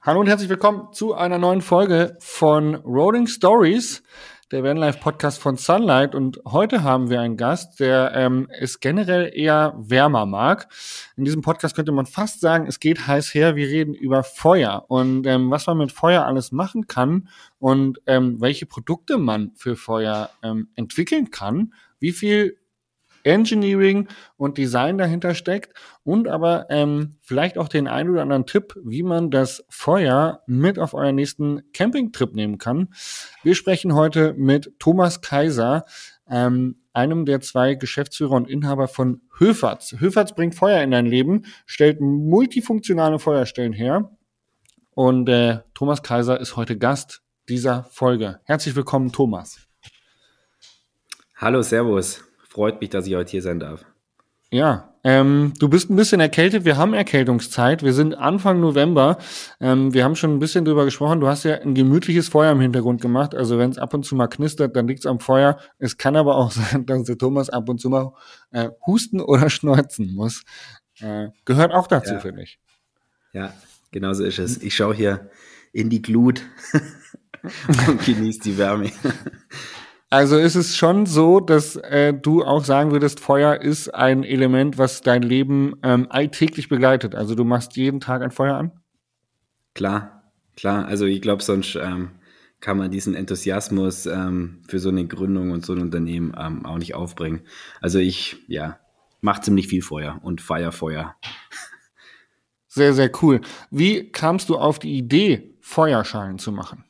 Hallo und herzlich willkommen zu einer neuen Folge von Rolling Stories, der Vanlife-Podcast von Sunlight. Und heute haben wir einen Gast, der es generell eher wärmer mag. In diesem Podcast könnte man fast sagen, es geht heiß her. Wir reden über Feuer und was man mit Feuer alles machen kann und welche Produkte man für Feuer entwickeln kann, wie viel Engineering und Design dahinter steckt und aber vielleicht auch den einen oder anderen Tipp, wie man das Feuer mit auf euren nächsten Campingtrip nehmen kann. Wir sprechen heute mit Thomas Kaiser, einem der zwei Geschäftsführer und Inhaber von Höfertz. Höfertz bringt Feuer in dein Leben, stellt multifunktionale Feuerstellen her und Thomas Kaiser ist heute Gast dieser Folge. Herzlich willkommen, Thomas. Hallo, Servus. Freut mich, dass ich heute hier sein darf. Ja, du bist ein bisschen erkältet. Wir haben Erkältungszeit. Wir sind Anfang November. Wir haben schon ein bisschen drüber gesprochen. Du hast ja ein gemütliches Feuer im Hintergrund gemacht. Also wenn es ab und zu mal knistert, dann liegt's am Feuer. Es kann aber auch sein, dass der Thomas ab und zu mal husten oder schneuzen muss. Gehört auch dazu, finde ich. Ja, genau so ist es. Ich schaue hier in die Glut und genieße die Wärme. Also ist es schon so, dass du auch sagen würdest, Feuer ist ein Element, was dein Leben alltäglich begleitet. Also du machst jeden Tag ein Feuer an? Klar. Also ich glaube, sonst kann man diesen Enthusiasmus für so eine Gründung und so ein Unternehmen auch nicht aufbringen. Also ich, mache ziemlich viel Feuer und feier Feuer. Sehr, sehr cool. Wie kamst du auf die Idee, Feuerschalen zu machen?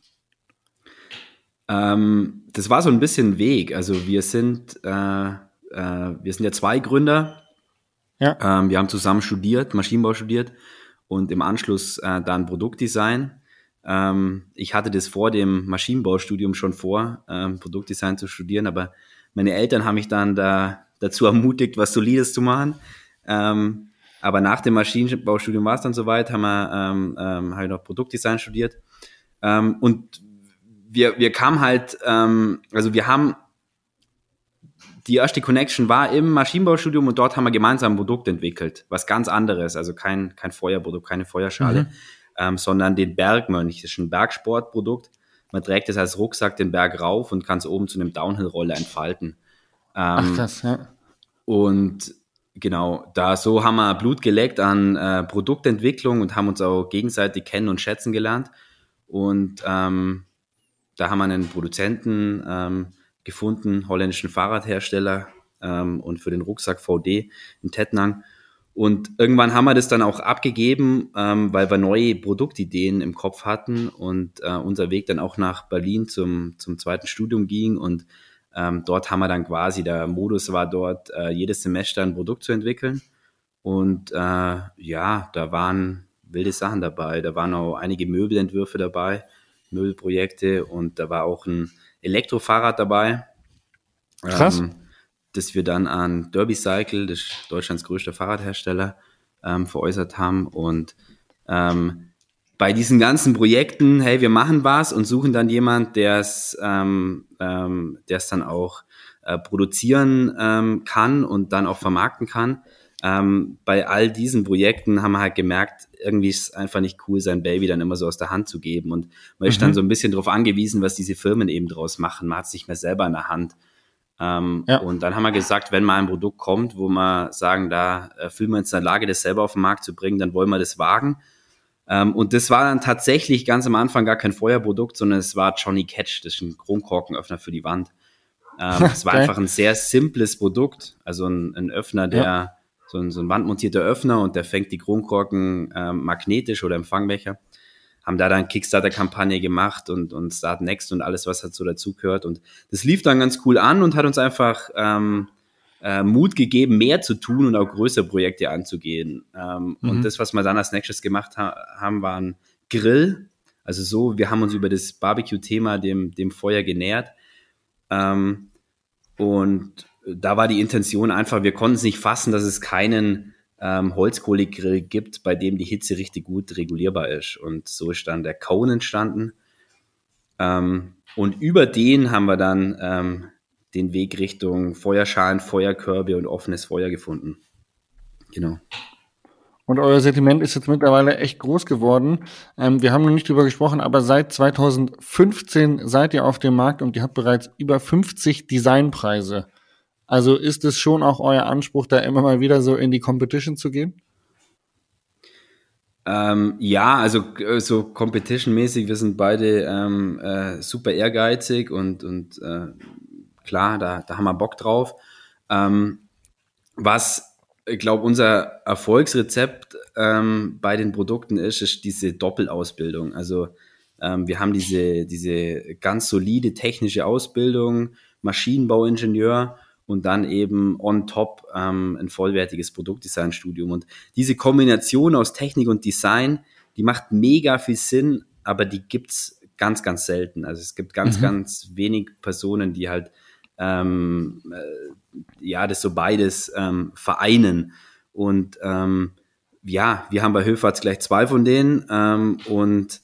Das war so ein bisschen Weg. Also wir sind ja zwei Gründer. Ja. Wir haben zusammen studiert, Maschinenbau studiert und im Anschluss dann Produktdesign. Ich hatte das vor dem Maschinenbaustudium schon vor, Produktdesign zu studieren, aber meine Eltern haben mich dann dazu ermutigt, was Solides zu machen. Aber nach dem Maschinenbaustudium war es dann soweit, habe ich noch Produktdesign studiert. Und wir kamen halt, also wir haben, die erste Connection war im Maschinenbaustudium und dort haben wir gemeinsam ein Produkt entwickelt, was ganz anderes, also kein Feuerprodukt, keine Feuerschale, sondern den Bergmönch, das ist ein Bergsportprodukt. Man trägt es als Rucksack den Berg rauf und kann es oben zu einem Downhill-Roller entfalten. Ach krass, ja. Und genau, so haben wir Blut geleckt an Produktentwicklung und haben uns auch gegenseitig kennen und schätzen gelernt. Und da haben wir einen Produzenten gefunden, holländischen Fahrradhersteller und für den Rucksack VD in Tettnang. Und irgendwann haben wir das dann auch abgegeben, weil wir neue Produktideen im Kopf hatten und unser Weg dann auch nach Berlin zum zweiten Studium ging. Und dort haben wir dann quasi, der Modus war dort, jedes Semester ein Produkt zu entwickeln. Und da waren wilde Sachen dabei. Da waren auch einige Möbelentwürfe dabei, Möbelprojekte, und da war auch ein Elektrofahrrad dabei. Krass. Das wir dann an Derby Cycle, das ist Deutschlands größter Fahrradhersteller, veräußert haben. Und bei diesen ganzen Projekten, hey, wir machen was und suchen dann jemand, der es dann auch produzieren kann und dann auch vermarkten kann. Bei all diesen Projekten haben wir halt gemerkt, irgendwie ist es einfach nicht cool, sein Baby dann immer so aus der Hand zu geben. Und man ist dann so ein bisschen darauf angewiesen, was diese Firmen eben draus machen. Man hat es nicht mehr selber in der Hand. Und dann haben wir gesagt, wenn mal ein Produkt kommt, wo wir sagen, da fühlen wir uns in der Lage, das selber auf den Markt zu bringen, dann wollen wir das wagen. Und das war dann tatsächlich ganz am Anfang gar kein Feuerprodukt, sondern es war Johnny Catch, das ist ein Kronkorkenöffner für die Wand. Es war einfach ein sehr simples Produkt, also ein Öffner, der so ein wandmontierter Öffner, und der fängt die Kronkorken magnetisch oder im Fangbecher. Haben da dann Kickstarter-Kampagne gemacht und Start Next und alles, was halt so dazugehört. Und das lief dann ganz cool an und hat uns einfach Mut gegeben, mehr zu tun und auch größere Projekte anzugehen. Und das, was wir dann als nächstes gemacht haben, war ein Grill. Also so, wir haben uns über das Barbecue-Thema dem Feuer genähert. Und da war die Intention einfach, wir konnten es nicht fassen, dass es keinen Holzkohlegrill gibt, bei dem die Hitze richtig gut regulierbar ist. Und so ist dann der Cone entstanden. Und über den haben wir dann den Weg Richtung Feuerschalen, Feuerkörbe und offenes Feuer gefunden. Genau. Und euer Sortiment ist jetzt mittlerweile echt groß geworden. Wir haben noch nicht drüber gesprochen, aber seit 2015 seid ihr auf dem Markt und ihr habt bereits über 50 Designpreise. Also ist es schon auch euer Anspruch, da immer mal wieder so in die Competition zu gehen? Ja, also so competition-mäßig, wir sind beide super ehrgeizig und klar, da haben wir Bock drauf. Was, ich glaube, unser Erfolgsrezept bei den Produkten ist diese Doppelausbildung. Also wir haben diese ganz solide technische Ausbildung, Maschinenbauingenieur und dann eben on top ein vollwertiges Produktdesignstudium. Und diese Kombination aus Technik und Design, die macht mega viel Sinn, aber die gibt's ganz, ganz selten. Also es gibt ganz wenig Personen, die halt ja, das so beides vereinen. Und ja, wir haben bei Höfatz gleich 2 von denen und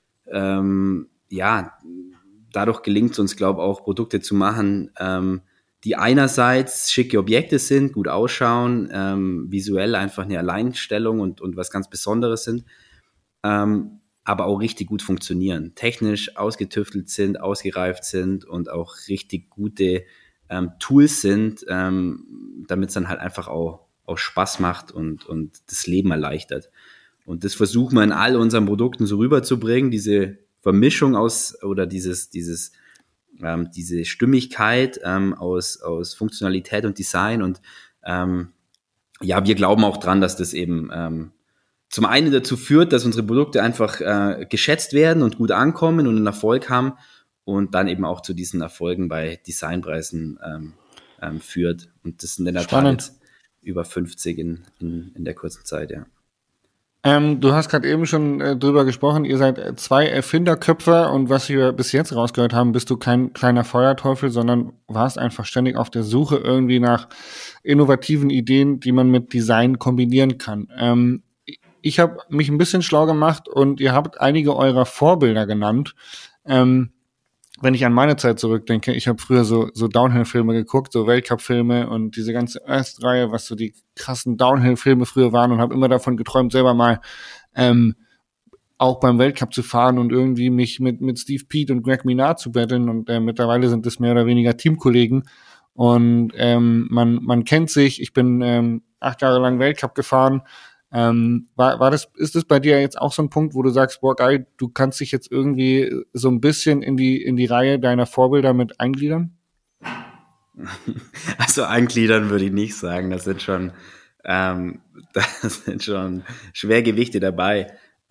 ja, dadurch gelingt es uns, glaube ich, auch Produkte zu machen, die einerseits schicke Objekte sind, gut ausschauen, visuell einfach eine Alleinstellung und was ganz Besonderes sind, aber auch richtig gut funktionieren, technisch ausgetüftelt sind, ausgereift sind und auch richtig gute Tools sind, damit es dann halt einfach auch Spaß macht und das Leben erleichtert. Und das versuchen wir in all unseren Produkten so rüberzubringen, diese Vermischung aus oder diese Stimmigkeit aus Funktionalität und Design. Und ja, wir glauben auch dran, dass das eben zum einen dazu führt, dass unsere Produkte einfach geschätzt werden und gut ankommen und einen Erfolg haben und dann eben auch zu diesen Erfolgen bei Designpreisen führt. Und das sind in der Tat jetzt über 50 in der kurzen Zeit, ja. Du hast gerade eben schon drüber gesprochen, ihr seid 2 Erfinderköpfe und was wir bis jetzt rausgehört haben, bist du kein kleiner Feuerteufel, sondern warst einfach ständig auf der Suche irgendwie nach innovativen Ideen, die man mit Design kombinieren kann. Ich habe mich ein bisschen schlau gemacht und ihr habt einige eurer Vorbilder genannt. Wenn ich an meine Zeit zurückdenke, ich habe früher so Downhill-Filme geguckt, so Weltcup-Filme und diese ganze Earth-Reihe, was so die krassen Downhill-Filme früher waren und habe immer davon geträumt, selber mal auch beim Weltcup zu fahren und irgendwie mich mit Steve Peat und Greg Minnaar zu battlen und mittlerweile sind das mehr oder weniger Teamkollegen und man kennt sich. Ich bin 8 Jahre lang Weltcup gefahren. Ist das bei dir jetzt auch so ein Punkt, wo du sagst, boah, geil, du kannst dich jetzt irgendwie so ein bisschen in die Reihe deiner Vorbilder mit eingliedern? Also eingliedern würde ich nicht sagen, das sind schon Schwergewichte dabei.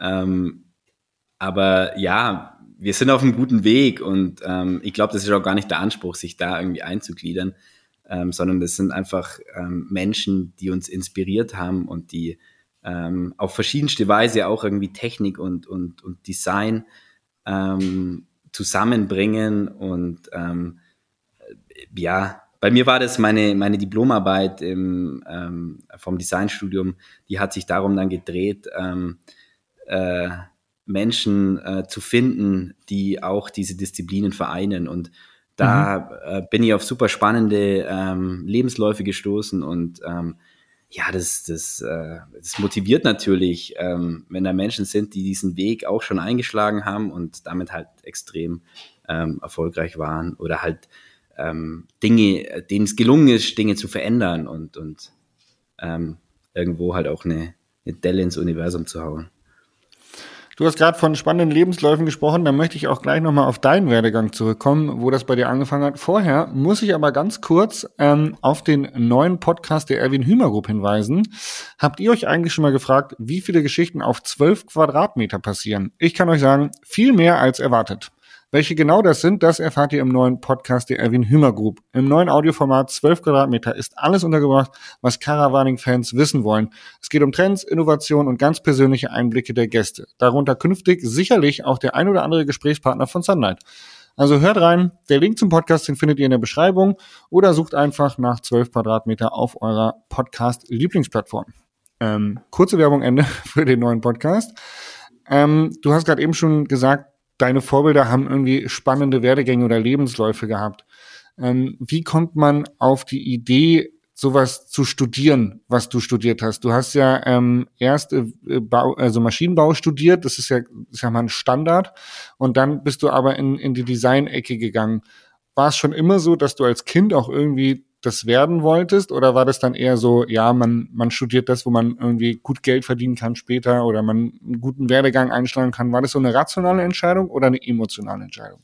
Aber ja, wir sind auf einem guten Weg und ich glaube, das ist auch gar nicht der Anspruch, sich da irgendwie einzugliedern, sondern das sind einfach Menschen, die uns inspiriert haben und die auf verschiedenste Weise auch irgendwie Technik und Design zusammenbringen und ja, bei mir war das meine Diplomarbeit vom Designstudium, die hat sich darum dann gedreht, Menschen zu finden, die auch diese Disziplinen vereinen und da bin ich auf super spannende Lebensläufe gestoßen und ja, das motiviert natürlich, wenn da Menschen sind, die diesen Weg auch schon eingeschlagen haben und damit halt extrem erfolgreich waren oder halt Dinge, denen es gelungen ist, Dinge zu verändern und irgendwo halt auch eine Delle ins Universum zu hauen. Du hast gerade von spannenden Lebensläufen gesprochen, da möchte ich auch gleich nochmal auf deinen Werdegang zurückkommen, wo das bei dir angefangen hat. Vorher muss ich aber ganz kurz auf den neuen Podcast der Erwin Hymer Group hinweisen. Habt ihr euch eigentlich schon mal gefragt, wie viele Geschichten auf 12 Quadratmeter passieren? Ich kann euch sagen, viel mehr als erwartet. Welche genau das sind, das erfahrt ihr im neuen Podcast der Erwin Hymer Group. Im neuen Audioformat 12 Quadratmeter ist alles untergebracht, was Caravaning-Fans wissen wollen. Es geht um Trends, Innovation und ganz persönliche Einblicke der Gäste. Darunter künftig sicherlich auch der ein oder andere Gesprächspartner von Sunlight. Also hört rein, der Link zum Podcast, den findet ihr in der Beschreibung oder sucht einfach nach 12 Quadratmeter auf eurer Podcast-Lieblingsplattform. Kurze Werbung Ende für den neuen Podcast. Du hast gerade eben schon gesagt, deine Vorbilder haben irgendwie spannende Werdegänge oder Lebensläufe gehabt. Wie kommt man auf die Idee, sowas zu studieren, was du studiert hast? Du hast ja erst Maschinenbau studiert, das ist ja mal ein Standard, und dann bist du aber in die Design-Ecke gegangen. War es schon immer so, dass du als Kind auch irgendwie das werden wolltest, oder war das dann eher so, ja, man studiert das, wo man irgendwie gut Geld verdienen kann später oder man einen guten Werdegang einschlagen kann? War das so eine rationale Entscheidung oder eine emotionale Entscheidung?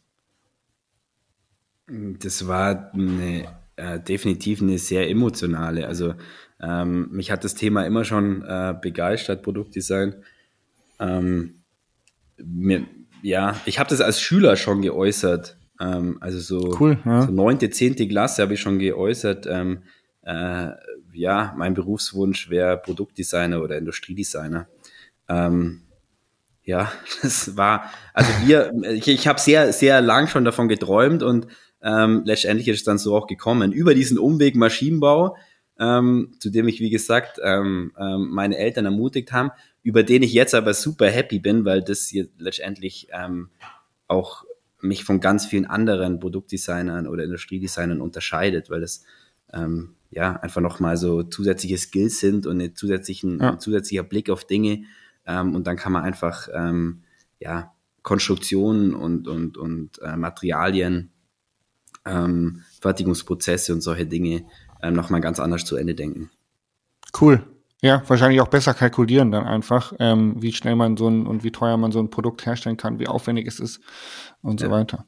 Das war definitiv eine sehr emotionale. Also mich hat das Thema immer schon begeistert, Produktdesign. Ähm, mir, ja, ich habe das als Schüler schon geäußert. Also Cool, so ja. 9., 10. Klasse habe ich schon geäußert. Äh, ja, mein Berufswunsch wäre Produktdesigner oder Industriedesigner. Ähm, ja, das war, also ich habe sehr, sehr lang schon davon geträumt und letztendlich ist es dann so auch gekommen. Über diesen Umweg Maschinenbau, zu dem ich, wie gesagt, meine Eltern ermutigt haben, über den ich jetzt aber super happy bin, weil das hier letztendlich auch mich von ganz vielen anderen Produktdesignern oder Industriedesignern unterscheidet, weil das ja einfach nochmal so zusätzliche Skills sind und ein Ja. zusätzlicher Blick auf Dinge. Und dann kann man einfach ja, Konstruktionen und Materialien, Fertigungsprozesse und solche Dinge nochmal ganz anders zu Ende denken. Cool. Ja, wahrscheinlich auch besser kalkulieren dann einfach, wie schnell man und wie teuer man so ein Produkt herstellen kann, wie aufwendig es ist und so Ja. weiter.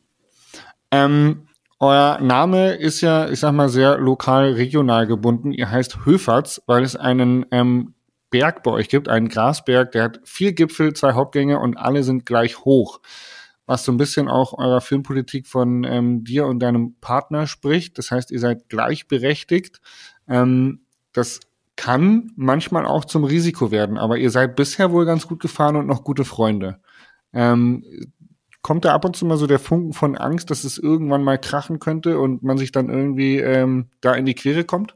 Euer Name ist ja, ich sag mal, sehr lokal, regional gebunden. Ihr heißt Höferts, weil es einen Berg bei euch gibt, einen Grasberg, der hat 4 Gipfel, 2 Hauptgänge und alle sind gleich hoch. Was so ein bisschen auch eurer Filmpolitik von dir und deinem Partner spricht. Das heißt, ihr seid gleichberechtigt. Das kann manchmal auch zum Risiko werden, aber ihr seid bisher wohl ganz gut gefahren und noch gute Freunde. Ähm, Kommt da ab und zu mal so der Funken von Angst, dass es irgendwann mal krachen könnte und man sich dann irgendwie da in die Quere kommt?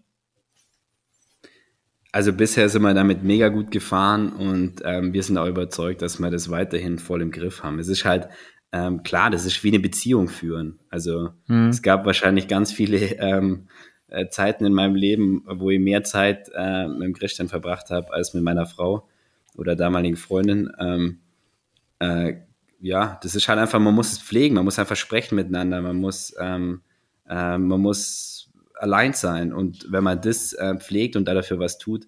Also bisher sind wir damit mega gut gefahren und wir sind auch überzeugt, dass wir das weiterhin voll im Griff haben. Es ist halt klar, das ist wie eine Beziehung führen. Also es Hm. gab wahrscheinlich ganz viele Zeiten in meinem Leben, wo ich mehr Zeit mit dem Christian verbracht habe als mit meiner Frau oder damaligen Freundin. Äh, ja, das ist halt einfach, man muss es pflegen, man muss einfach sprechen miteinander, man muss allein sein. Und wenn man das pflegt und dafür was tut,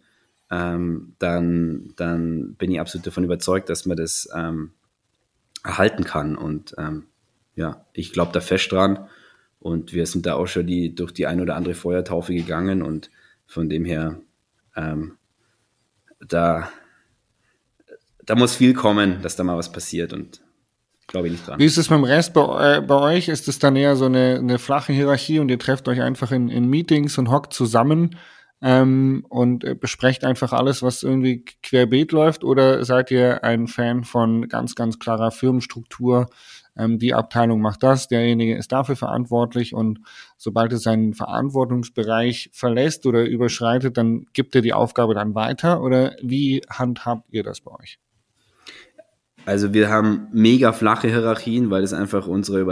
dann bin ich absolut davon überzeugt, dass man das erhalten kann. Und ja, ich glaube da fest dran. Und wir sind da auch schon durch die ein oder andere Feuertaufe gegangen. Und von dem her, ähm, da, da muss viel kommen, dass da mal was passiert. Und glaube ich nicht Wie dran. ist es mit dem Rest bei euch? Ist es dann eher so eine flache Hierarchie und ihr trefft euch einfach in Meetings und hockt zusammen und besprecht einfach alles, was irgendwie querbeet läuft? Oder seid ihr ein Fan von ganz, ganz klarer Firmenstruktur? Die Abteilung macht das, derjenige ist dafür verantwortlich und sobald es seinen Verantwortungsbereich verlässt oder überschreitet, dann gibt er die Aufgabe dann weiter? Oder wie handhabt ihr das bei euch? Also wir haben mega flache Hierarchien, weil es einfach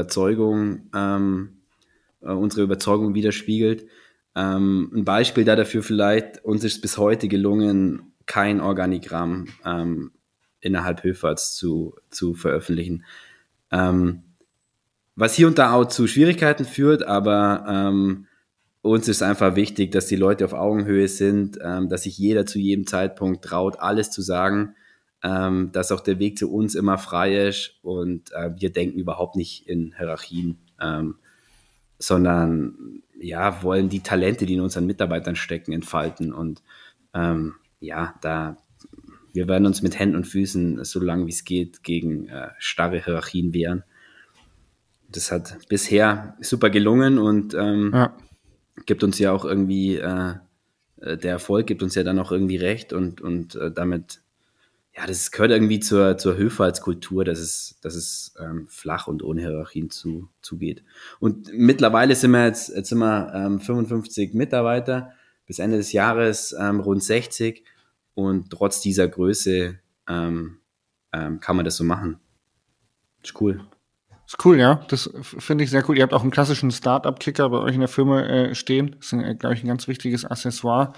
unsere Überzeugung widerspiegelt. Ein Beispiel dafür vielleicht, uns ist bis heute gelungen, kein Organigramm innerhalb Höferts zu veröffentlichen. Ähm, Was hier und da auch zu Schwierigkeiten führt, aber uns ist einfach wichtig, dass die Leute auf Augenhöhe sind, dass sich jeder zu jedem Zeitpunkt traut, alles zu sagen, dass auch der Weg zu uns immer frei ist und wir denken überhaupt nicht in Hierarchien, sondern ja, wollen die Talente, die in unseren Mitarbeitern stecken, entfalten und ja, wir werden uns mit Händen und Füßen, so lange wie es geht, gegen starre Hierarchien wehren. Das hat bisher super gelungen und Ja. gibt uns ja auch irgendwie, der Erfolg gibt uns ja dann auch irgendwie recht und damit, ja, das gehört irgendwie zur Höflichkeitskultur, dass es flach und ohne Hierarchien zugeht. Und mittlerweile jetzt sind wir 55 Mitarbeiter, bis Ende des Jahres rund 60 und trotz dieser Größe kann man das so machen. Ist cool. Ist cool, ja. Das finde ich sehr cool. Ihr habt auch einen klassischen Startup-Kicker bei euch in der Firma stehen. Das ist, glaube ich, ein ganz wichtiges Accessoire.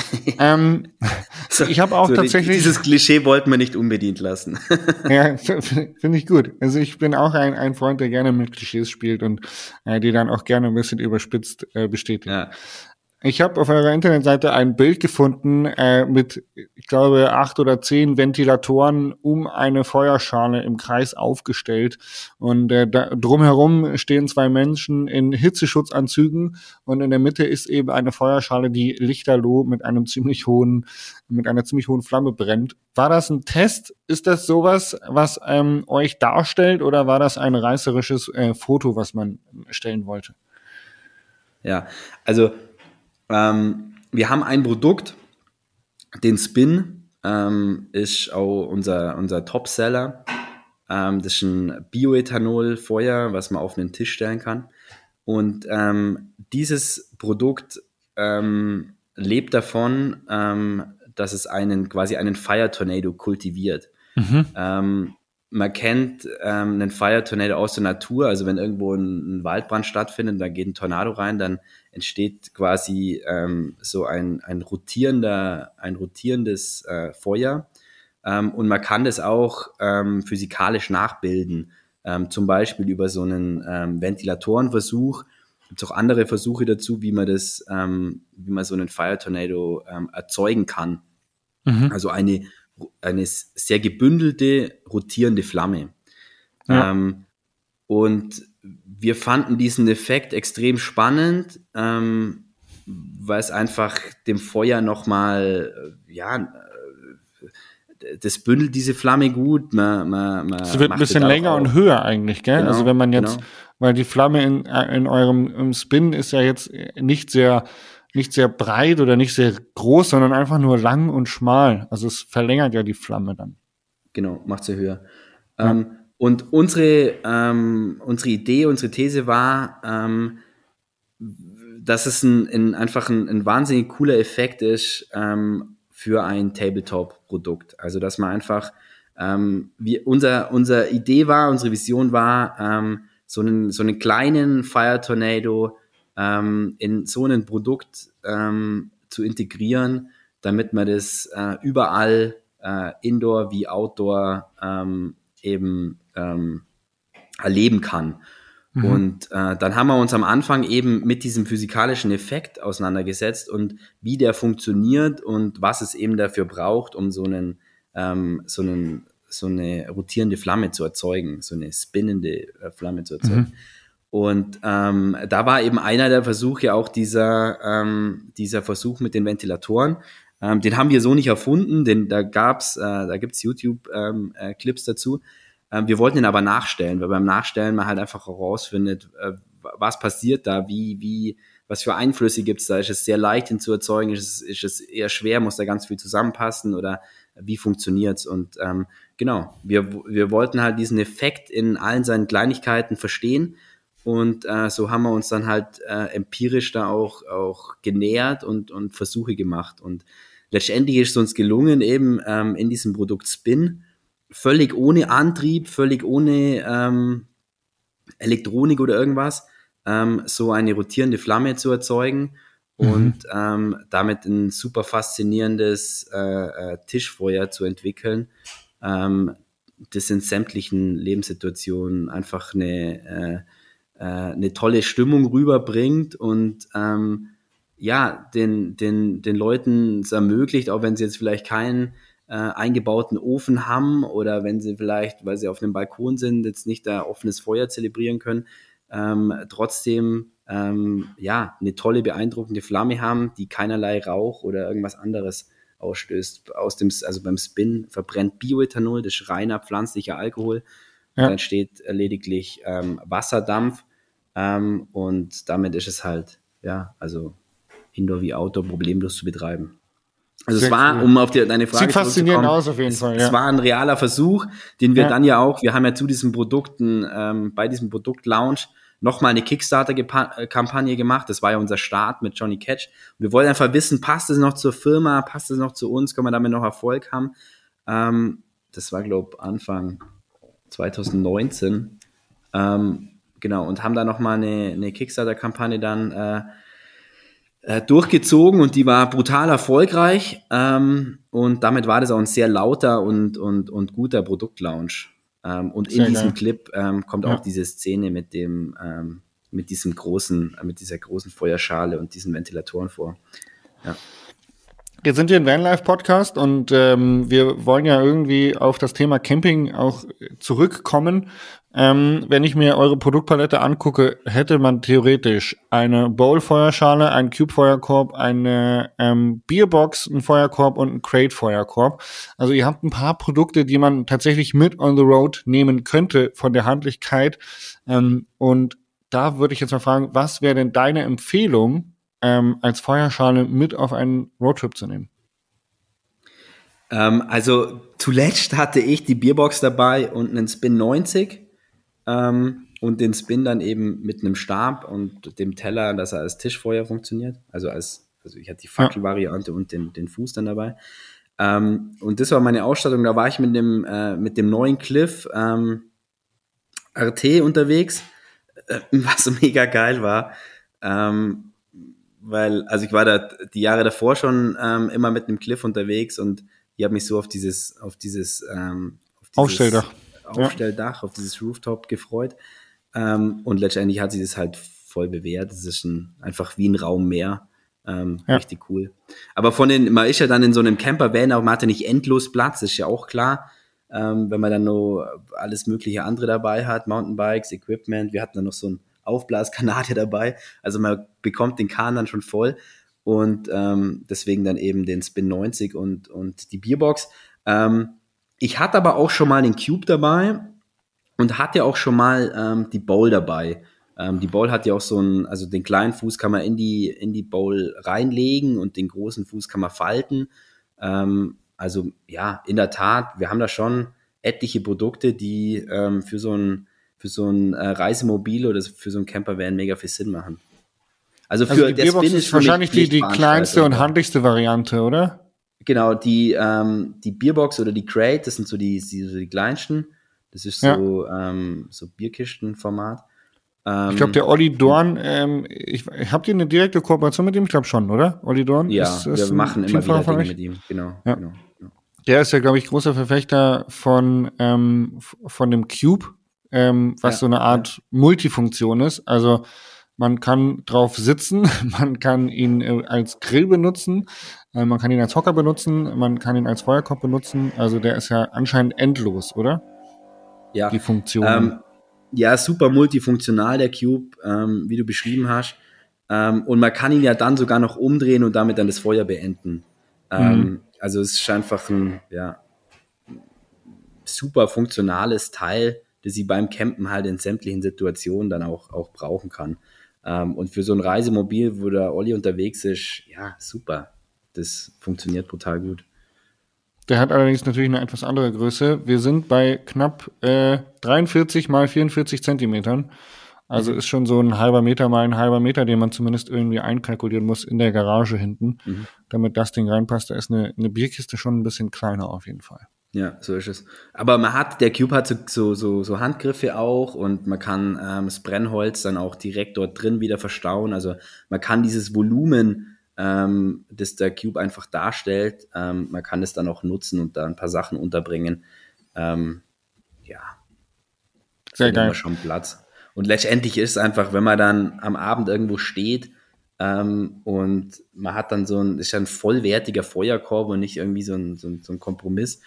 Ich habe auch tatsächlich... Dieses Klischee wollten wir nicht unbedient lassen. Ja, finde ich gut. Also ich bin auch ein Freund, der gerne mit Klischees spielt und die dann auch gerne ein bisschen überspitzt bestätigt. Ja. Ich habe auf eurer Internetseite ein Bild gefunden mit, ich glaube, 8 oder 10 Ventilatoren um eine Feuerschale im Kreis aufgestellt. Und drumherum stehen 2 Menschen in Hitzeschutzanzügen und in der Mitte ist eben eine Feuerschale, die lichterloh mit einer ziemlich hohen Flamme brennt. War das ein Test? Ist das sowas, was euch darstellt, oder war das ein reißerisches Foto, was man stellen wollte? Ja, also wir haben ein Produkt, den Spin, ist auch unser Top-Seller. Das ist ein Bioethanol-Feuer, was man auf einen Tisch stellen kann. Und dieses Produkt lebt davon, dass es quasi einen Fire Tornado kultiviert. Man kennt einen Fire Tornado aus der Natur, also wenn irgendwo ein Waldbrand stattfindet, da geht ein Tornado rein, dann entsteht quasi so ein rotierendes Feuer. Und man kann das auch physikalisch nachbilden, zum Beispiel über so einen Ventilatorenversuch. Gibt es auch andere Versuche dazu, wie man so einen Fire Tornado erzeugen kann. Also eine sehr gebündelte, rotierende Flamme. Ja. Und wir fanden diesen Effekt extrem spannend, weil es einfach dem Feuer nochmal, das bündelt diese Flamme gut. Es wird ein bisschen länger und höher eigentlich, gell? Genau, also wenn man jetzt, weil die Flamme in eurem Spin ist ja jetzt nicht sehr breit oder nicht sehr groß, sondern einfach nur lang und schmal. Also es verlängert ja die Flamme dann. Genau, macht sie höher. Ja. Und unsere Idee, unsere These war, dass es einfach ein wahnsinnig cooler Effekt ist für ein Tabletop-Produkt. Also dass man einfach, unsere Idee war, unsere Vision war, so einen kleinen Fire Tornado in so ein Produkt zu integrieren, damit man das überall Indoor wie Outdoor eben erleben kann. Und dann haben wir uns am Anfang eben mit diesem physikalischen Effekt auseinandergesetzt und wie der funktioniert und was es eben dafür braucht, um so eine rotierende Flamme zu erzeugen, so eine spinnende Flamme zu erzeugen. Und da war eben einer der Versuche auch dieser Versuch mit den Ventilatoren. Den haben wir so nicht erfunden, denn da gibt's YouTube-Clips dazu. Wir wollten ihn aber nachstellen, weil beim Nachstellen man halt einfach herausfindet, was passiert da, was für Einflüsse gibt's da, ist es sehr leicht ihn zu erzeugen, ist es eher schwer, muss da ganz viel zusammenpassen oder wie funktioniert's? Und genau, wir wollten halt diesen Effekt in allen seinen Kleinigkeiten verstehen und so haben wir uns dann halt empirisch da auch genähert und Versuche gemacht und letztendlich ist es uns gelungen, eben in diesem Produkt Spin völlig ohne Antrieb, völlig ohne Elektronik oder irgendwas, so eine rotierende Flamme zu erzeugen und damit ein super faszinierendes Tischfeuer zu entwickeln, das in sämtlichen Lebenssituationen einfach eine tolle Stimmung rüberbringt und den Leuten es ermöglicht, auch wenn sie jetzt vielleicht keinen eingebauten Ofen haben oder wenn sie vielleicht, weil sie auf einem Balkon sind, jetzt nicht da offenes Feuer zelebrieren können, trotzdem eine tolle, beeindruckende Flamme haben, die keinerlei Rauch oder irgendwas anderes ausstößt. Also beim Spin verbrennt Bioethanol, das ist reiner pflanzlicher Alkohol. Ja. Da entsteht lediglich Wasserdampf und damit ist es halt, also Indoor wie Outdoor problemlos zu betreiben. Also es war, um auf deine Frage zurückzukommen, sieht faszinierend aus auf jeden Fall. Es war ein realer Versuch, den wir dann ja auch, wir haben ja zu diesen Produkten, bei diesem Produktlaunch nochmal eine Kickstarter-Kampagne gemacht. Das war ja unser Start mit Johnny Catch. Und wir wollten einfach wissen, passt es noch zur Firma, passt es noch zu uns, können wir damit noch Erfolg haben. Das war, glaube ich, Anfang 2019. Genau, und haben da nochmal eine Kickstarter-Kampagne dann durchgezogen und die war brutal erfolgreich. Und damit war das auch ein sehr lauter und guter Produktlaunch. Und in Sehr diesem geil. Clip kommt auch Ja. diese Szene mit dieser großen Feuerschale und diesen Ventilatoren vor. Ja. Jetzt sind wir ein Vanlife-Podcast und wir wollen ja irgendwie auf das Thema Camping auch zurückkommen. Wenn ich mir eure Produktpalette angucke, hätte man theoretisch eine Bowl-Feuerschale, einen Cube-Feuerkorb, eine Bierbox, einen Feuerkorb und einen Crate-Feuerkorb. Also ihr habt ein paar Produkte, die man tatsächlich mit on the road nehmen könnte von der Handlichkeit. Und da würde ich jetzt mal fragen, was wäre denn deine Empfehlung, als Feuerschale mit auf einen Roadtrip zu nehmen? Also zuletzt hatte ich die Bierbox dabei und einen Spin 90 und den Spin dann eben mit einem Stab und dem Teller, dass er als Tischfeuer funktioniert. Also ich hatte die Fackelvariante und den Fuß dann dabei. Und das war meine Ausstattung. Da war ich mit dem neuen Cliff RT unterwegs, was mega geil war. Weil, also ich war da die Jahre davor schon immer mit einem Cliff unterwegs und ich habe mich so auf dieses Aufstelldach. Aufstelldach, auf dieses Rooftop gefreut. Und letztendlich hat sich das halt voll bewährt. Das ist einfach wie ein Raum mehr. Richtig cool. Aber man ist ja dann in so einem Camper-Van, auch man hatte nicht endlos Platz, ist ja auch klar. Wenn man dann nur alles mögliche andere dabei hat, Mountainbikes, Equipment, wir hatten dann noch so einen Aufblaskanadier dabei, also man bekommt den Kahn dann schon voll und deswegen dann eben den Spin 90 und die Bierbox. Ich hatte aber auch schon mal den Cube dabei und hatte auch schon mal die Bowl dabei. Die Bowl hat ja auch also den kleinen Fuß kann man in die Bowl reinlegen und den großen Fuß kann man falten. Also ja, in der Tat, wir haben da schon etliche Produkte, die für so ein Reisemobil oder für so ein Campervan mega viel Sinn machen. Also Die der Bierbox Spin ist für mich wahrscheinlich die kleinste und handlichste Variante, oder? Genau, die Bierbox oder die Crate, das sind so die kleinsten. Das ist so Bierkistenformat. Ich glaube, der Olli Dorn, habt ihr eine direkte Kooperation mit ihm? Ich glaube schon, oder? Olli Dorn Ja, wir ein machen immer Teamfahrer wieder von Dinge euch? mit ihm. Genau. Der ist ja, glaube ich, großer Verfechter von dem Cube, was so eine Art Multifunktion ist. Also man kann drauf sitzen, man kann ihn als Grill benutzen, man kann ihn als Hocker benutzen, man kann ihn als Feuerkorb benutzen. Also der ist ja anscheinend endlos, oder? Ja, Die Funktionen. ja, super multifunktional, der Cube, wie du beschrieben hast. Und man kann ihn ja dann sogar noch umdrehen und damit dann das Feuer beenden. Also es ist einfach ein super funktionales Teil, das ich beim Campen halt in sämtlichen Situationen dann auch brauchen kann. Und für so ein Reisemobil, wo der Olli unterwegs ist, ja, super. Das funktioniert brutal gut. Der hat allerdings natürlich eine etwas andere Größe. Wir sind bei knapp 43 mal 44 Zentimetern. Also ist schon so ein halber Meter mal ein halber Meter, den man zumindest irgendwie einkalkulieren muss in der Garage hinten, damit das Ding reinpasst. Da ist eine Bierkiste schon ein bisschen kleiner auf jeden Fall. Ja, so ist es. Aber der Cube hat so Handgriffe auch und man kann das Brennholz dann auch direkt dort drin wieder verstauen. Also man kann dieses Volumen, das der Cube einfach darstellt, man kann es dann auch nutzen und da ein paar Sachen unterbringen. Ja, sehr geil. Schon Platz. Und letztendlich ist es einfach, wenn man dann am Abend irgendwo steht und man hat dann ist ja ein vollwertiger Feuerkorb und nicht irgendwie so ein Kompromiss,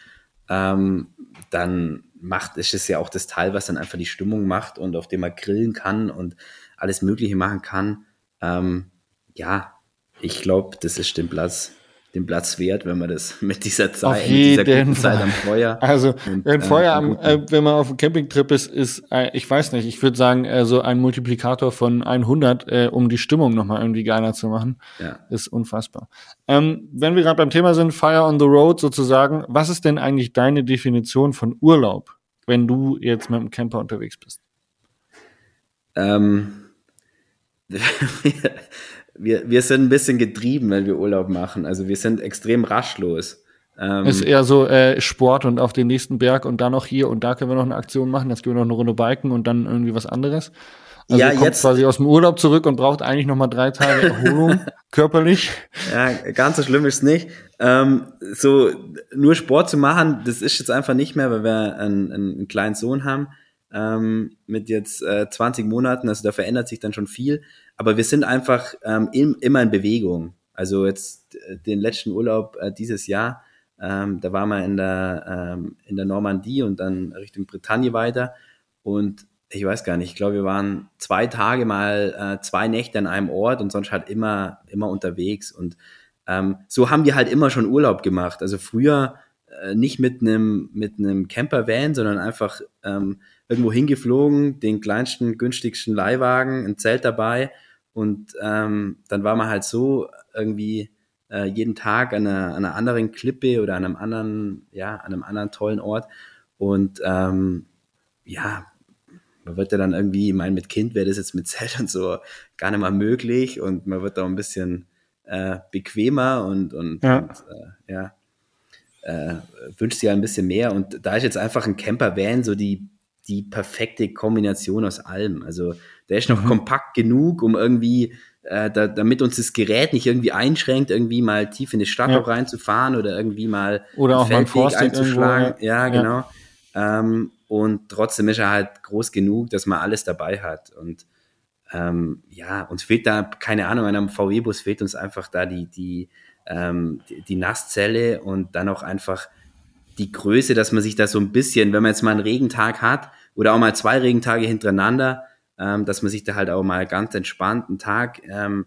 dann ist es ja auch das Teil, was dann einfach die Stimmung macht und auf dem man grillen kann und alles Mögliche machen kann. Ja, ich glaube, das ist den Platz wert, wenn man das mit dieser guten Zeit am Feuer. Also ein Feuer, wenn man auf einem Campingtrip ist, ich weiß nicht, ich würde sagen, so ein Multiplikator von 100, um die Stimmung nochmal irgendwie geiler zu machen, ist unfassbar. Wenn wir gerade beim Thema sind, Fire on the Road sozusagen, was ist denn eigentlich deine Definition von Urlaub, wenn du jetzt mit dem Camper unterwegs bist? Wir sind ein bisschen getrieben, wenn wir Urlaub machen. Also wir sind extrem raschlos. Ist eher so Sport und auf den nächsten Berg und dann noch hier und da können wir noch eine Aktion machen, jetzt gehen wir noch eine Runde biken und dann irgendwie was anderes. Also Ja, ihr kommt jetzt, quasi aus dem Urlaub zurück und braucht eigentlich noch mal 3 Tage Erholung körperlich. ja, ganz so schlimm ist es nicht. So nur Sport zu machen, das ist jetzt einfach nicht mehr, weil wir einen kleinen Sohn haben, mit jetzt 20 Monaten, also da verändert sich dann schon viel. Aber wir sind einfach immer in Bewegung. Also jetzt den letzten Urlaub dieses Jahr, da waren wir in der Normandie und dann Richtung Bretagne weiter. Und ich weiß gar nicht, ich glaube, wir waren 2 Tage mal 2 Nächte an einem Ort und sonst halt immer unterwegs. Und so haben wir halt immer schon Urlaub gemacht. Also früher nicht mit einem Camper-Van, sondern einfach irgendwo hingeflogen, den kleinsten, günstigsten Leihwagen, ein Zelt dabei und dann war man halt so irgendwie jeden Tag an einer anderen Klippe oder an einem anderen tollen Ort und ja, man wird ja dann irgendwie, ich meine, mit Kind wäre das jetzt mit Zelt und so gar nicht mal möglich und man wird da ein bisschen bequemer und ja, wünscht sich ja ein bisschen mehr. Und da ist jetzt einfach ein Camper-Van so die perfekte Kombination aus allem. Also der ist noch kompakt genug, um irgendwie, damit uns das Gerät nicht irgendwie einschränkt, irgendwie mal tief in die Stadt auch reinzufahren oder irgendwie mal oder auch mal einen Forstweg einzuschlagen. irgendwo, Ja, genau. Und trotzdem ist er halt groß genug, dass man alles dabei hat. Und ja, uns fehlt da, keine Ahnung, an einem VW-Bus fehlt uns einfach da die Nasszelle und dann auch einfach die Größe, dass man sich da so ein bisschen, wenn man jetzt mal einen Regentag hat oder auch mal 2 Regentage hintereinander, dass man sich da halt auch mal ganz entspannt einen Tag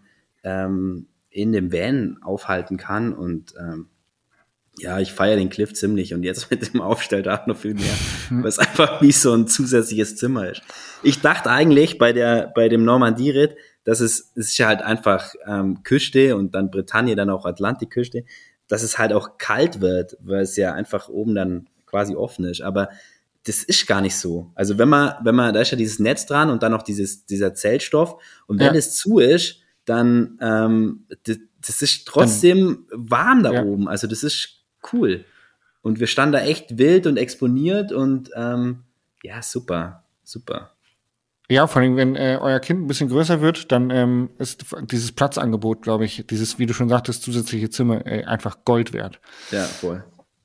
in dem Van aufhalten kann und ja, ich feiere den Cliff ziemlich und jetzt mit dem Aufstelldach noch viel mehr, weil es einfach wie so ein zusätzliches Zimmer ist. Ich dachte eigentlich bei dem Normandie-Ritt, dass es ist ja halt einfach Küste und dann Bretagne, dann auch Atlantikküste, dass es halt auch kalt wird, weil es ja einfach oben dann quasi offen ist. Aber das ist gar nicht so. Also wenn man, da ist ja dieses Netz dran und dann noch dieser Zeltstoff und wenn es zu ist, dann das ist trotzdem warm da oben. Also das ist cool. Und wir standen da echt wild und exponiert und ja, super. Ja, vor allem, wenn euer Kind ein bisschen größer wird, dann ist dieses Platzangebot, glaube ich, dieses, wie du schon sagtest, zusätzliche Zimmer einfach Gold wert. Ja, voll.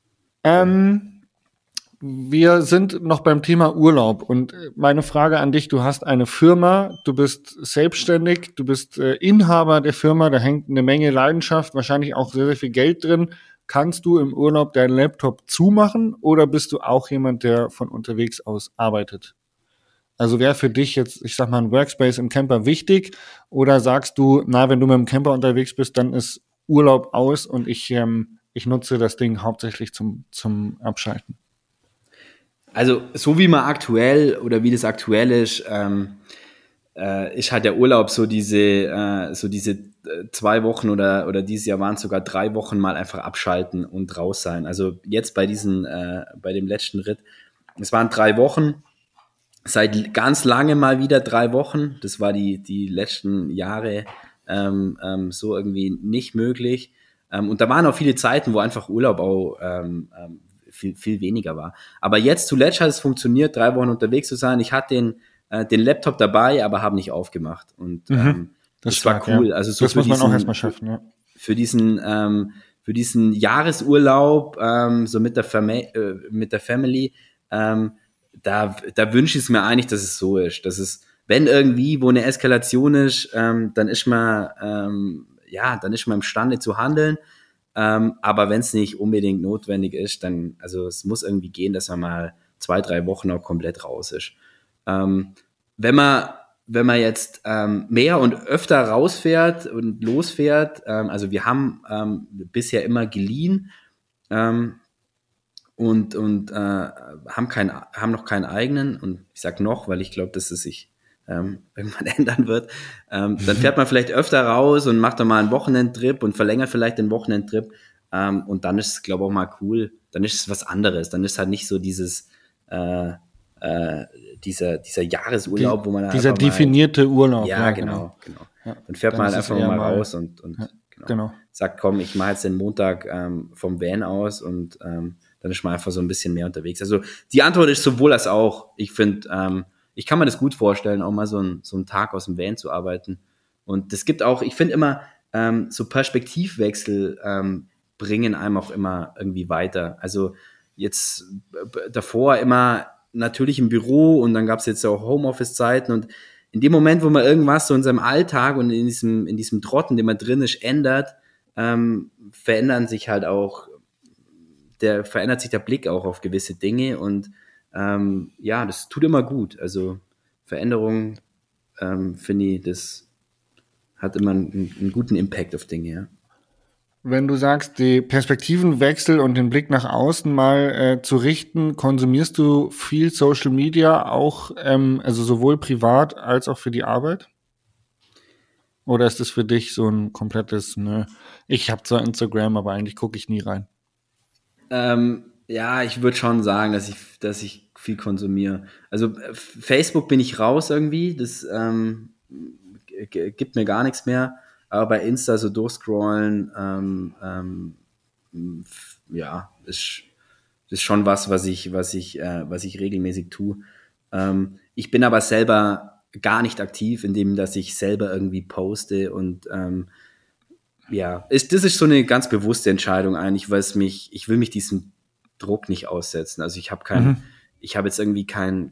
Wir sind noch beim Thema Urlaub und meine Frage an dich, du hast eine Firma, du bist selbstständig, du bist Inhaber der Firma, da hängt eine Menge Leidenschaft, wahrscheinlich auch sehr, sehr viel Geld drin. Kannst du im Urlaub deinen Laptop zumachen oder bist du auch jemand, der von unterwegs aus arbeitet? Also wäre für dich jetzt, ich sag mal, ein Workspace im Camper wichtig oder sagst du, na, wenn du mit dem Camper unterwegs bist, dann ist Urlaub aus und ich nutze das Ding hauptsächlich zum Abschalten? Also so wie man aktuell oder wie das aktuell ist halt der Urlaub so diese 2 Wochen oder dieses Jahr waren es sogar 3 Wochen mal einfach abschalten und raus sein. Also jetzt bei dem letzten Ritt, es waren 3 Wochen, seit ganz lange mal wieder 3 Wochen. Das war die letzten Jahre so irgendwie nicht möglich. Und da waren auch viele Zeiten, wo einfach Urlaub auch viel weniger war. Aber jetzt zuletzt hat es funktioniert, 3 Wochen unterwegs zu sein. Ich hatte den Laptop dabei, aber habe nicht aufgemacht. Und das war cool. Ja. Also so das muss man auch erstmal schaffen, ja. Für diesen Jahresurlaub so mit der Family, da wünsche ich es mir eigentlich, dass es so ist. Dass es, wenn irgendwie wo eine Eskalation ist, dann ist man imstande zu handeln. Aber wenn es nicht unbedingt notwendig ist, dann, also es muss irgendwie gehen, dass man mal 2, 3 Wochen auch komplett raus ist. Wenn man jetzt mehr und öfter rausfährt und losfährt, also wir haben bisher immer geliehen und haben noch keinen eigenen, und ich sag noch, weil ich glaube, dass es sich irgendwann ändern wird, dann fährt man vielleicht öfter raus und macht dann mal einen Wochenendtrip und verlängert vielleicht den Wochenendtrip und dann ist es, glaube ich, auch mal cool, dann ist es was anderes, dann ist halt nicht so dieser Jahresurlaub, wo man dieser definierte Urlaub. Ja, genau. Ja, Dann fährt man halt einfach mal raus und genau. sagt, komm, ich mache jetzt den Montag vom Van aus und dann ist man einfach so ein bisschen mehr unterwegs. Also die Antwort ist sowohl als auch. Ich finde, ich kann mir das gut vorstellen, auch mal so einen Tag aus dem Van zu arbeiten. Und es gibt auch, ich finde immer, so Perspektivwechsel bringen einem auch immer irgendwie weiter. Also jetzt davor immer natürlich im Büro und dann gab es jetzt auch Homeoffice-Zeiten und in dem Moment, wo man irgendwas so in seinem Alltag und in diesem Trott, in dem man drin ist, ändert, verändert sich der Blick auch auf gewisse Dinge und ja, das tut immer gut. Also Veränderung, finde ich, das hat immer einen guten Impact auf Dinge, ja. Wenn du sagst, die Perspektivenwechsel und den Blick nach außen mal zu richten, konsumierst du viel Social Media auch, also sowohl privat als auch für die Arbeit? Oder ist es für dich so ein komplettes, ne, ich habe zwar Instagram, aber eigentlich gucke ich nie rein? Ja, ich würde schon sagen, dass ich viel konsumiere. Also Facebook bin ich raus irgendwie, das gibt mir gar nichts mehr. Aber bei Insta so durchscrollen, ja, ist schon was ich regelmäßig tue. Ich bin aber selber gar nicht aktiv, indem dass ich selber irgendwie poste und ja, das ist so eine ganz bewusste Entscheidung eigentlich, weil ich will mich diesem Druck nicht aussetzen. Also ich habe jetzt irgendwie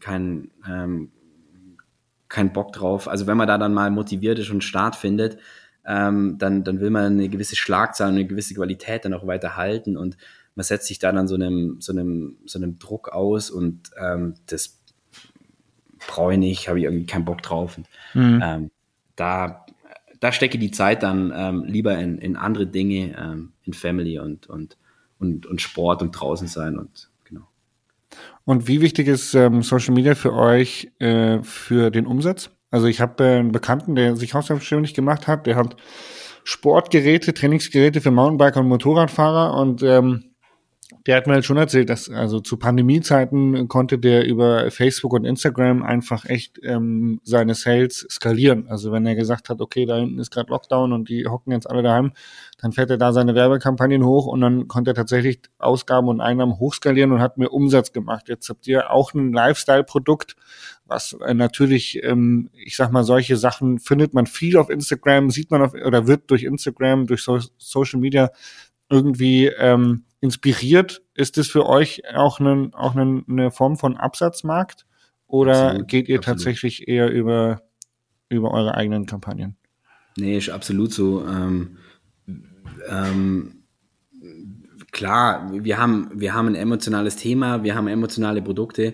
keinen Bock drauf. Also wenn man da dann mal motiviert ist und einen Start findet, dann will man eine gewisse Schlagzahl, eine gewisse Qualität dann auch weiter halten und man setzt sich da dann so einem Druck aus und das brauche ich nicht, habe ich irgendwie keinen Bock drauf. Und, da stecke die Zeit dann lieber in andere Dinge, in Family und Sport und draußen sein und genau. Und wie wichtig ist Social Media für euch für den Umsatz? Also ich habe einen Bekannten, der sich auch selbstständig gemacht hat, der hat Sportgeräte, Trainingsgeräte für Mountainbiker und Motorradfahrer und der hat mir halt schon erzählt, dass also zu Pandemiezeiten konnte der über Facebook und Instagram einfach echt seine Sales skalieren. Also wenn er gesagt hat, okay, da hinten ist gerade Lockdown und die hocken jetzt alle daheim, dann fährt er da seine Werbekampagnen hoch und dann konnte er tatsächlich Ausgaben und Einnahmen hochskalieren und hat mehr Umsatz gemacht. Jetzt habt ihr auch ein Lifestyle-Produkt, was natürlich, ich sag mal, solche Sachen findet man viel auf Instagram, sieht man oder wird durch Instagram, durch Social Media irgendwie inspiriert. Ist es für euch auch eine Form von Absatzmarkt oder Absolut, geht ihr absolut. tatsächlich eher über eure eigenen Kampagnen? Nee, ist absolut so. Ähm, klar, wir haben ein emotionales Thema, wir haben emotionale Produkte.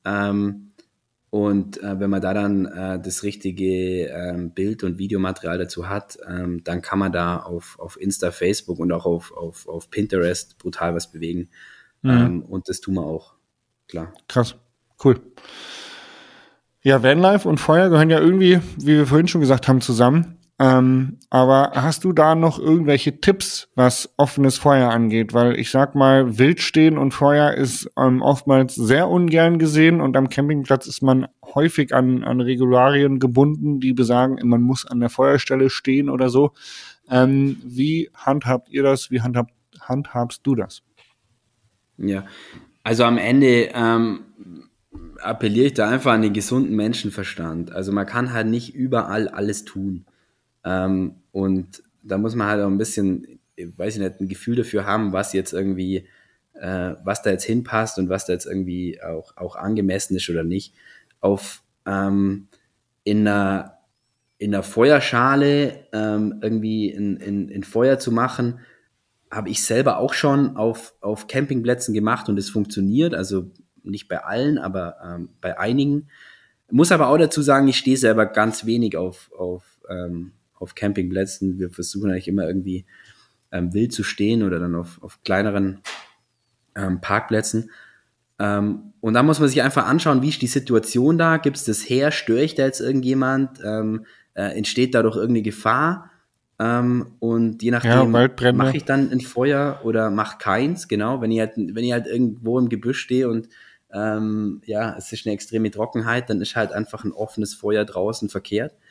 Und wenn man da dann das richtige Bild- und Videomaterial dazu hat, dann kann man da auf Insta, Facebook und auch auf Pinterest brutal was bewegen. Und das tun wir auch, klar. Krass, cool. Ja, Vanlife und Feuer gehören ja irgendwie, wie wir vorhin schon gesagt haben, zusammen. Aber hast du da noch irgendwelche Tipps, was offenes Feuer angeht? Weil ich sag mal, Wildstehen und Feuer ist oftmals sehr ungern gesehen und am Campingplatz ist man häufig an Regularien gebunden, die besagen, man muss an der Feuerstelle stehen oder so. Wie handhabt ihr das? Wie handhabst du das? Ja, also am Ende appelliere ich da einfach an den gesunden Menschenverstand. Also man kann halt nicht überall alles tun. Und da muss man halt auch ein bisschen, weiß ich nicht, ein Gefühl dafür haben, was jetzt irgendwie, was da jetzt hinpasst und was da jetzt irgendwie auch angemessen ist oder nicht. Auf in einer Feuerschale irgendwie in Feuer zu machen, habe ich selber auch schon auf Campingplätzen gemacht und es funktioniert. Also nicht bei allen, aber bei einigen. Muss aber auch dazu sagen, ich stehe selber ganz wenig auf Campingplätzen. Wir versuchen eigentlich immer irgendwie wild zu stehen oder dann auf kleineren Parkplätzen. Und da muss man sich einfach anschauen, wie ist die Situation da? Gibt es das her? Störe ich da jetzt irgendjemand? Entsteht dadurch irgendeine Gefahr? Und je Ja, nachdem Waldbrände. mache ich dann ein Feuer oder mache keins, genau. Wenn ich halt irgendwo im Gebüsch stehe und ja, es ist eine extreme Trockenheit, dann ist halt einfach ein offenes Feuer draußen verkehrt.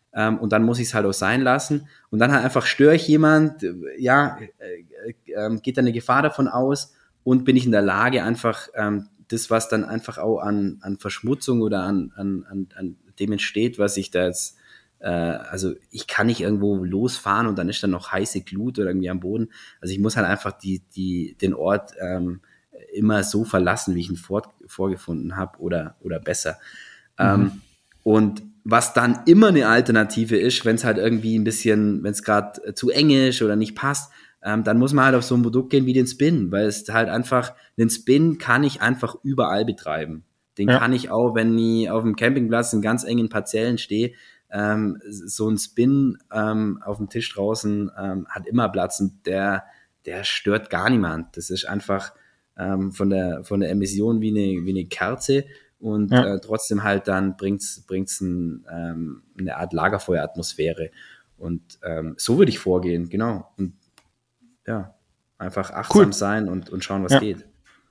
und dann muss ich es halt auch sein lassen. Und dann halt einfach störe ich jemand, geht dann eine Gefahr davon aus und bin ich in der Lage, einfach das, was dann einfach auch an Verschmutzung oder an dem entsteht, was ich da jetzt, also ich kann nicht irgendwo losfahren und dann ist dann noch heiße Glut oder irgendwie am Boden. Also ich muss halt einfach den Ort immer so verlassen, wie ich ihn vorgefunden habe oder besser. Und was dann immer eine Alternative ist, wenn es halt irgendwie ein bisschen, wenn es gerade zu eng ist oder nicht passt, dann muss man halt auf so ein Produkt gehen wie den Spin, weil es halt einfach, den Spin kann ich einfach überall betreiben. Den kann ich auch, wenn ich auf dem Campingplatz in ganz engen Parzellen stehe, so ein Spin auf dem Tisch draußen hat immer Platz und der stört gar niemand. Das ist einfach von der Emission wie eine Kerze und trotzdem halt dann bringt's eine Art Lagerfeueratmosphäre. Und so würde ich vorgehen, genau. Und ja, einfach achtsam sein und schauen, was geht.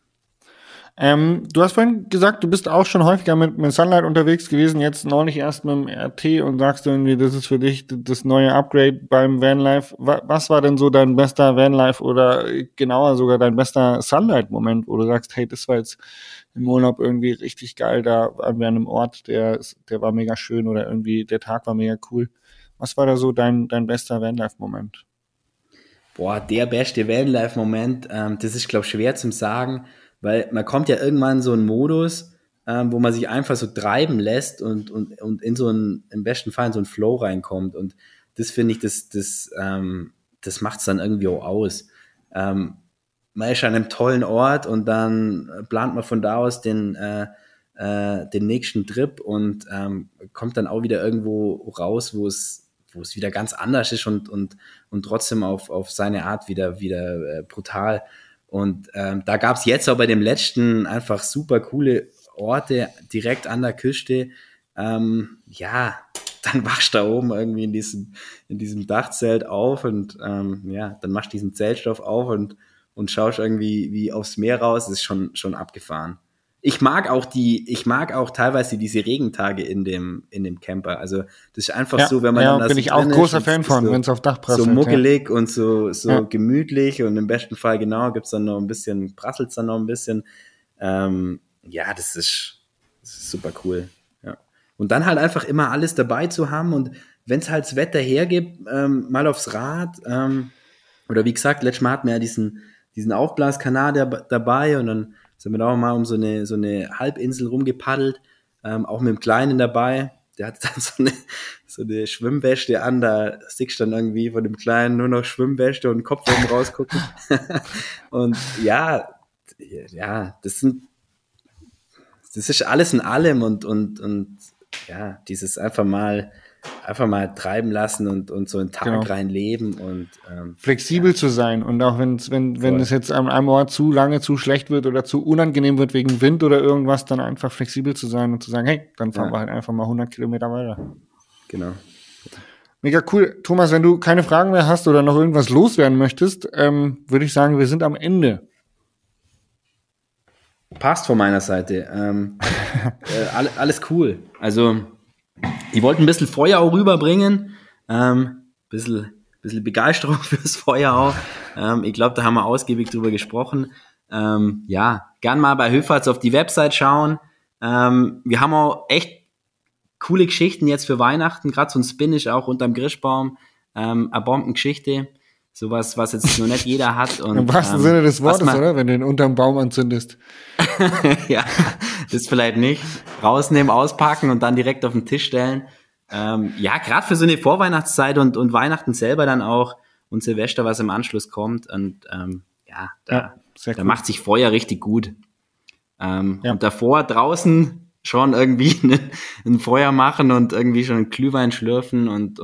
Du hast vorhin gesagt, du bist auch schon häufiger mit Sunlight unterwegs gewesen, jetzt neulich erst mit dem RT und sagst irgendwie, das ist für dich das neue Upgrade beim Vanlife. Was war denn so dein bester Vanlife oder genauer sogar dein bester Sunlight-Moment, wo du sagst, hey, das war jetzt im Urlaub irgendwie richtig geil, da waren wir an einem Ort, der war mega schön oder irgendwie der Tag war mega cool. Was war da so dein bester Vanlife-Moment? Boah, der beste Vanlife-Moment, das ist, glaube ich, schwer zum sagen, weil man kommt ja irgendwann in so einen Modus, wo man sich einfach so treiben lässt und in so einen, im besten Fall in so einen Flow reinkommt. Und das finde ich, das macht es dann irgendwie auch aus. Man ist an einem tollen Ort und dann plant man von da aus den nächsten Trip und kommt dann auch wieder irgendwo raus, wo es wieder ganz anders ist und trotzdem auf seine Art wieder brutal. Und da gab es jetzt auch bei dem letzten einfach super coole Orte direkt an der Küste. Dann wachst du da oben irgendwie in diesem Dachzelt auf und dann machst du diesen Zeltstoff auf und schaust irgendwie wie aufs Meer raus. Das ist schon abgefahren. Ich mag auch teilweise diese Regentage in dem Camper. Also das ist einfach so, wenn man dann da bin ich auch großer Fan von, so, wenn es auf Dach prasselt. So muckelig und so gemütlich und im besten Fall gibt's dann noch ein bisschen, prasselt's dann noch ein bisschen. Das ist super cool. Ja. Und dann halt einfach immer alles dabei zu haben und wenn es halt das Wetter hergibt, mal aufs Rad oder wie gesagt, letztes Mal hatten wir ja diesen Aufblaskanal dabei und dann sind wir da auch mal um so eine Halbinsel rumgepaddelt, auch mit dem Kleinen dabei. Der hat dann so eine Schwimmweste an, da siehst du dann irgendwie von dem Kleinen nur noch Schwimmweste und Kopf oben rausgucken. Und das ist alles in allem und dieses einfach mal treiben lassen und so einen Tag rein leben und flexibel zu sein und auch wenn es jetzt an einem Ort zu lange, zu schlecht wird oder zu unangenehm wird wegen Wind oder irgendwas, dann einfach flexibel zu sein und zu sagen, hey, dann fahren wir halt einfach mal 100 Kilometer weiter. Genau. Mega cool. Thomas, wenn du keine Fragen mehr hast oder noch irgendwas loswerden möchtest, würde ich sagen, wir sind am Ende. Passt von meiner Seite. Alles cool. Also ich wollte ein bisschen Feuer auch rüberbringen, bisschen Begeisterung fürs Feuer auch. Ich glaube, da haben wir ausgiebig drüber gesprochen. Gern mal bei Höferts auf die Website schauen. Wir haben auch echt coole Geschichten jetzt für Weihnachten, gerade so ein Spinach auch unterm Grischbaum, eine Bombengeschichte. Sowas, was jetzt noch nicht jeder hat. Und, im wahrsten Sinne des Wortes, oder? Wenn du ihn unterm Baum anzündest. Ja, das vielleicht nicht. Rausnehmen, auspacken und dann direkt auf den Tisch stellen. Gerade für so eine Vorweihnachtszeit und Weihnachten selber dann auch und Silvester, was im Anschluss kommt. Und da macht sich Feuer richtig gut. Und davor draußen schon irgendwie ein Feuer machen und irgendwie schon einen Glühwein schlürfen und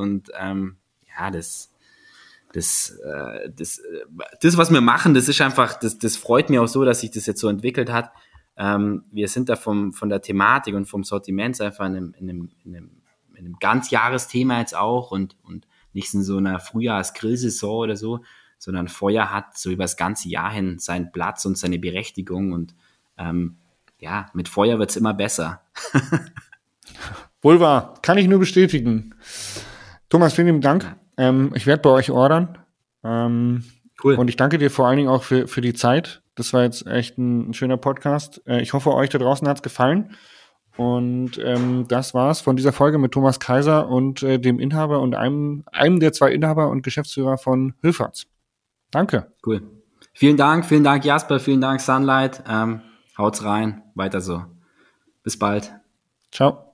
das, was wir machen, das ist einfach, das freut mich auch so, dass sich das jetzt so entwickelt hat. Wir sind da von der Thematik und vom Sortiment einfach in einem Ganzjahresthema jetzt auch und nicht in so einer Frühjahrs-Grillsaison oder so, sondern Feuer hat so über das ganze Jahr hin seinen Platz und seine Berechtigung und mit Feuer wird's immer besser. Wohl wahr, kann ich nur bestätigen. Thomas, vielen lieben Dank. Ich werde bei euch ordern. Cool. Und ich danke dir vor allen Dingen auch für die Zeit. Das war jetzt echt ein schöner Podcast. Ich hoffe, euch da draußen hat's gefallen. Und das war's von dieser Folge mit Thomas Kaiser und dem Inhaber und einem der 2 Inhaber und Geschäftsführer von Höferts. Danke. Cool. Vielen Dank Jasper, vielen Dank Sunlight. Haut's rein, weiter so. Bis bald. Ciao.